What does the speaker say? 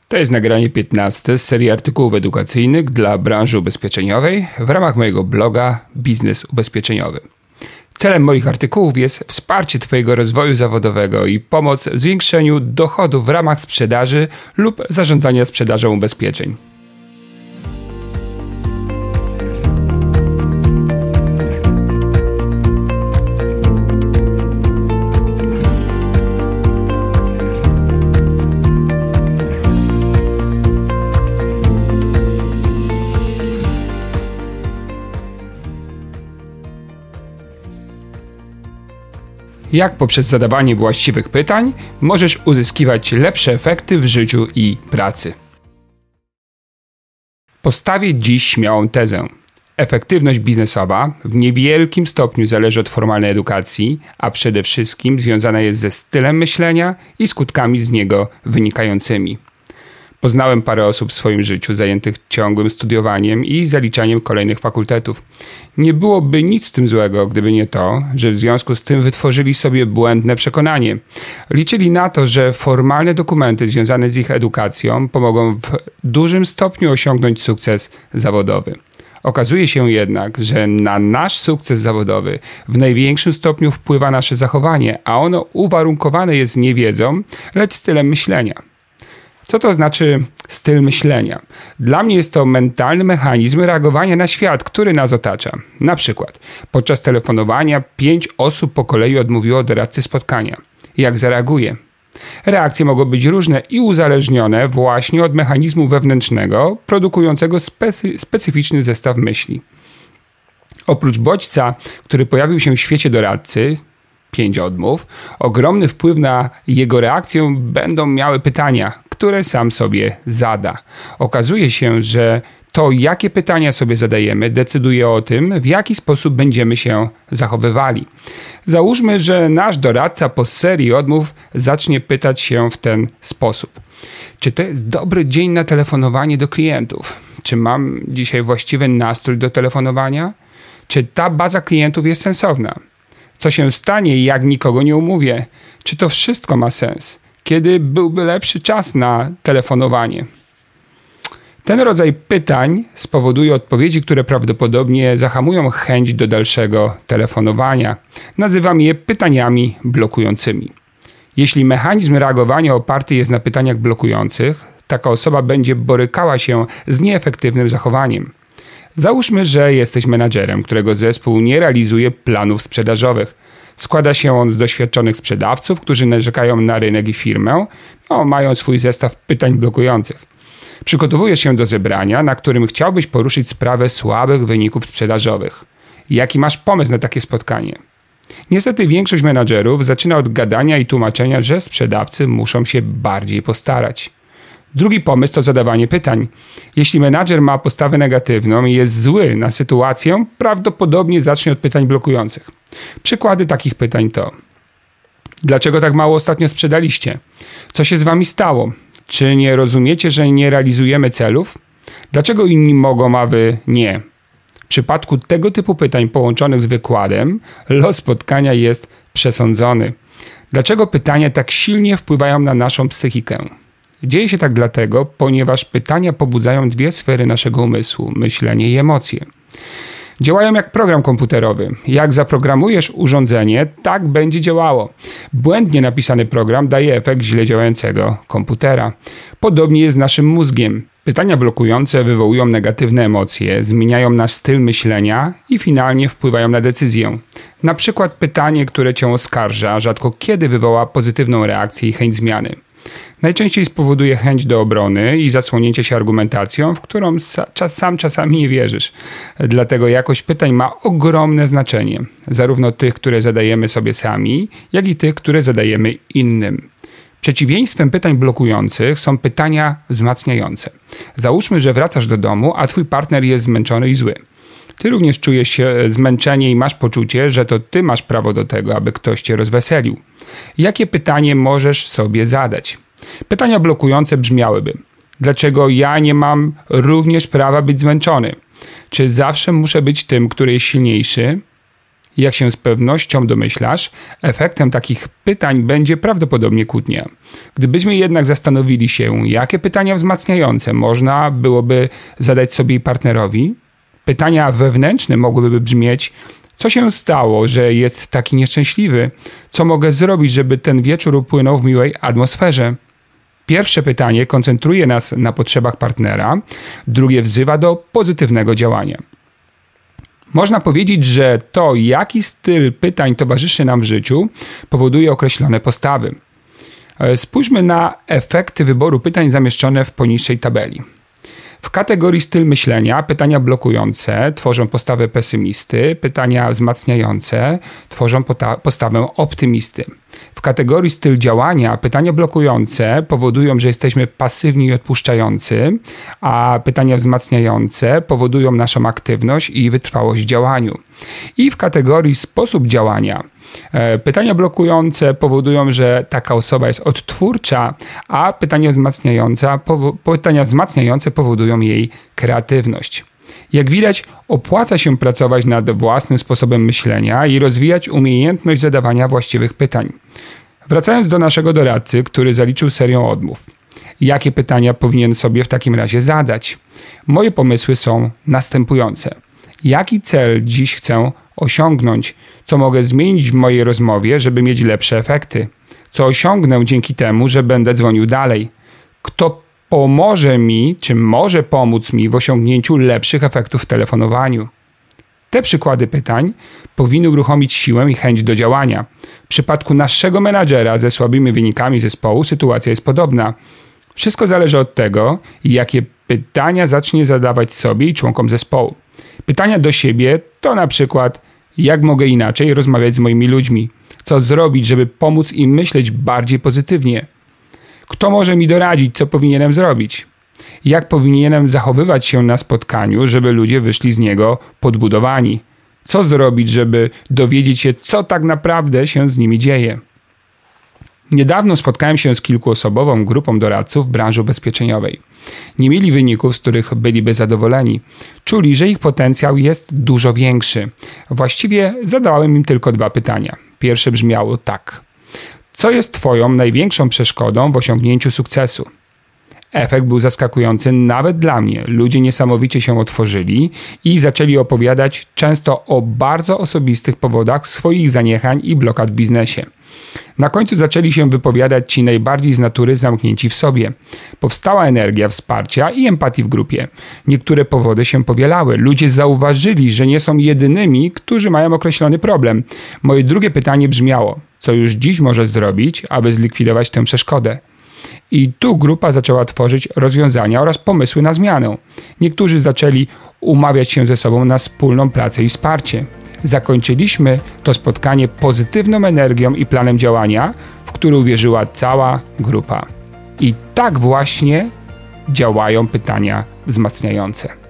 To jest nagranie 15 z serii artykułów edukacyjnych dla branży ubezpieczeniowej w ramach mojego bloga Biznes Ubezpieczeniowy. Celem moich artykułów jest wsparcie Twojego rozwoju zawodowego i pomoc w zwiększeniu dochodów w ramach sprzedaży lub zarządzania sprzedażą ubezpieczeń. Jak poprzez zadawanie właściwych pytań możesz uzyskiwać lepsze efekty w życiu i pracy. Postawię dziś śmiałą tezę. Efektywność biznesowa w niewielkim stopniu zależy od formalnej edukacji, a przede wszystkim związana jest ze stylem myślenia i skutkami z niego wynikającymi. Poznałem parę osób w swoim życiu zajętych ciągłym studiowaniem i zaliczaniem kolejnych fakultetów. Nie byłoby nic z tym złego, gdyby nie to, że w związku z tym wytworzyli sobie błędne przekonanie. Liczyli na to, że formalne dokumenty związane z ich edukacją pomogą w dużym stopniu osiągnąć sukces zawodowy. Okazuje się jednak, że na nasz sukces zawodowy w największym stopniu wpływa nasze zachowanie, a ono uwarunkowane jest nie wiedzą, lecz stylem myślenia. Co to znaczy styl myślenia? Dla mnie jest to mentalny mechanizm reagowania na świat, który nas otacza. Na przykład podczas telefonowania 5 osób po kolei odmówiło doradcy spotkania. Jak zareaguje? Reakcje mogą być różne i uzależnione właśnie od mechanizmu wewnętrznego produkującego specyficzny zestaw myśli. Oprócz bodźca, który pojawił się w świecie doradcy, 5 odmów, ogromny wpływ na jego reakcję będą miały pytania, które sam sobie zada. Okazuje się, że to, jakie pytania sobie zadajemy, decyduje o tym, w jaki sposób będziemy się zachowywali. Załóżmy, że nasz doradca po serii odmów zacznie pytać się w ten sposób. Czy to jest dobry dzień na telefonowanie do klientów? Czy mam dzisiaj właściwy nastrój do telefonowania? Czy ta baza klientów jest sensowna? Co się stanie, jak nikogo nie umówię? Czy to wszystko ma sens? Kiedy byłby lepszy czas na telefonowanie? Ten rodzaj pytań spowoduje odpowiedzi, które prawdopodobnie zahamują chęć do dalszego telefonowania. Nazywam je pytaniami blokującymi. Jeśli mechanizm reagowania oparty jest na pytaniach blokujących, taka osoba będzie borykała się z nieefektywnym zachowaniem. Załóżmy, że jesteś menadżerem, którego zespół nie realizuje planów sprzedażowych. Składa się on z doświadczonych sprzedawców, którzy narzekają na rynek i firmę, mają swój zestaw pytań blokujących. Przygotowujesz się do zebrania, na którym chciałbyś poruszyć sprawę słabych wyników sprzedażowych. Jaki masz pomysł na takie spotkanie? Niestety większość menadżerów zaczyna od gadania i tłumaczenia, że sprzedawcy muszą się bardziej postarać. Drugi pomysł to zadawanie pytań. Jeśli menadżer ma postawę negatywną i jest zły na sytuację, prawdopodobnie zacznie od pytań blokujących. Przykłady takich pytań to: dlaczego tak mało ostatnio sprzedaliście? Co się z wami stało? Czy nie rozumiecie, że nie realizujemy celów? Dlaczego inni mogą, a wy nie? W przypadku tego typu pytań połączonych z wykładem, los spotkania jest przesądzony. Dlaczego pytania tak silnie wpływają na naszą psychikę? Dzieje się tak dlatego, ponieważ pytania pobudzają 2 sfery naszego umysłu – myślenie i emocje. Działają jak program komputerowy. Jak zaprogramujesz urządzenie, tak będzie działało. Błędnie napisany program daje efekt źle działającego komputera. Podobnie jest z naszym mózgiem. Pytania blokujące wywołują negatywne emocje, zmieniają nasz styl myślenia i finalnie wpływają na decyzję. Na przykład pytanie, które cię oskarża, rzadko kiedy wywoła pozytywną reakcję i chęć zmiany. Najczęściej spowoduje chęć do obrony i zasłonięcia się argumentacją, w którą sam czasami nie wierzysz. Dlatego jakość pytań ma ogromne znaczenie. Zarówno tych, które zadajemy sobie sami, jak i tych, które zadajemy innym. Przeciwieństwem pytań blokujących są pytania wzmacniające. Załóżmy, że wracasz do domu, a twój partner jest zmęczony i zły. Ty również czujesz się zmęczenie i masz poczucie, że to ty masz prawo do tego, aby ktoś cię rozweselił. Jakie pytanie możesz sobie zadać? Pytania blokujące brzmiałyby: dlaczego ja nie mam również prawa być zmęczony? Czy zawsze muszę być tym, który jest silniejszy? Jak się z pewnością domyślasz, efektem takich pytań będzie prawdopodobnie kłótnia. Gdybyśmy jednak zastanowili się, jakie pytania wzmacniające można byłoby zadać sobie i partnerowi, pytania wewnętrzne mogłyby brzmieć: co się stało, że jest taki nieszczęśliwy? Co mogę zrobić, żeby ten wieczór upłynął w miłej atmosferze? Pierwsze pytanie koncentruje nas na potrzebach partnera, drugie wzywa do pozytywnego działania. Można powiedzieć, że to, jaki styl pytań towarzyszy nam w życiu, powoduje określone postawy. Spójrzmy na efekty wyboru pytań zamieszczone w poniższej tabeli. W kategorii styl myślenia pytania blokujące tworzą postawę pesymisty, pytania wzmacniające tworzą postawę optymisty. W kategorii styl działania pytania blokujące powodują, że jesteśmy pasywni i odpuszczający, a pytania wzmacniające powodują naszą aktywność i wytrwałość w działaniu. I w kategorii sposób działania pytania blokujące powodują, że taka osoba jest odtwórcza, a pytania wzmacniające powodują jej kreatywność. Jak widać, opłaca się pracować nad własnym sposobem myślenia i rozwijać umiejętność zadawania właściwych pytań. Wracając do naszego doradcy, który zaliczył serię odmów. Jakie pytania powinien sobie w takim razie zadać? Moje pomysły są następujące. Jaki cel dziś chcę osiągnąć? Co mogę zmienić w mojej rozmowie, żeby mieć lepsze efekty? Co osiągnę dzięki temu, że będę dzwonił dalej? Kto pomoże mi, czy może pomóc mi w osiągnięciu lepszych efektów w telefonowaniu? Te przykłady pytań powinny uruchomić siłę i chęć do działania. W przypadku naszego menadżera ze słabymi wynikami zespołu sytuacja jest podobna. Wszystko zależy od tego, jakie pytania zacznie zadawać sobie i członkom zespołu. Pytania do siebie to na przykład: jak mogę inaczej rozmawiać z moimi ludźmi? Co zrobić, żeby pomóc im myśleć bardziej pozytywnie? Kto może mi doradzić, co powinienem zrobić? Jak powinienem zachowywać się na spotkaniu, żeby ludzie wyszli z niego podbudowani? Co zrobić, żeby dowiedzieć się, co tak naprawdę się z nimi dzieje? Niedawno spotkałem się z kilkuosobową grupą doradców w branży ubezpieczeniowej. Nie mieli wyników, z których byliby zadowoleni. Czuli, że ich potencjał jest dużo większy. Właściwie zadałem im tylko 2 pytania. Pierwsze brzmiało tak. Co jest Twoją największą przeszkodą w osiągnięciu sukcesu? Efekt był zaskakujący nawet dla mnie. Ludzie niesamowicie się otworzyli i zaczęli opowiadać często o bardzo osobistych powodach swoich zaniechań i blokad w biznesie. Na końcu zaczęli się wypowiadać ci najbardziej z natury zamknięci w sobie. Powstała energia wsparcia i empatii w grupie. Niektóre powody się powielały. Ludzie zauważyli, że nie są jedynymi, którzy mają określony problem. Moje drugie pytanie brzmiało: co już dziś możesz zrobić, aby zlikwidować tę przeszkodę? I tu grupa zaczęła tworzyć rozwiązania oraz pomysły na zmianę. Niektórzy zaczęli umawiać się ze sobą na wspólną pracę i wsparcie. Zakończyliśmy to spotkanie pozytywną energią i planem działania, w który uwierzyła cała grupa. I tak właśnie działają pytania wzmacniające.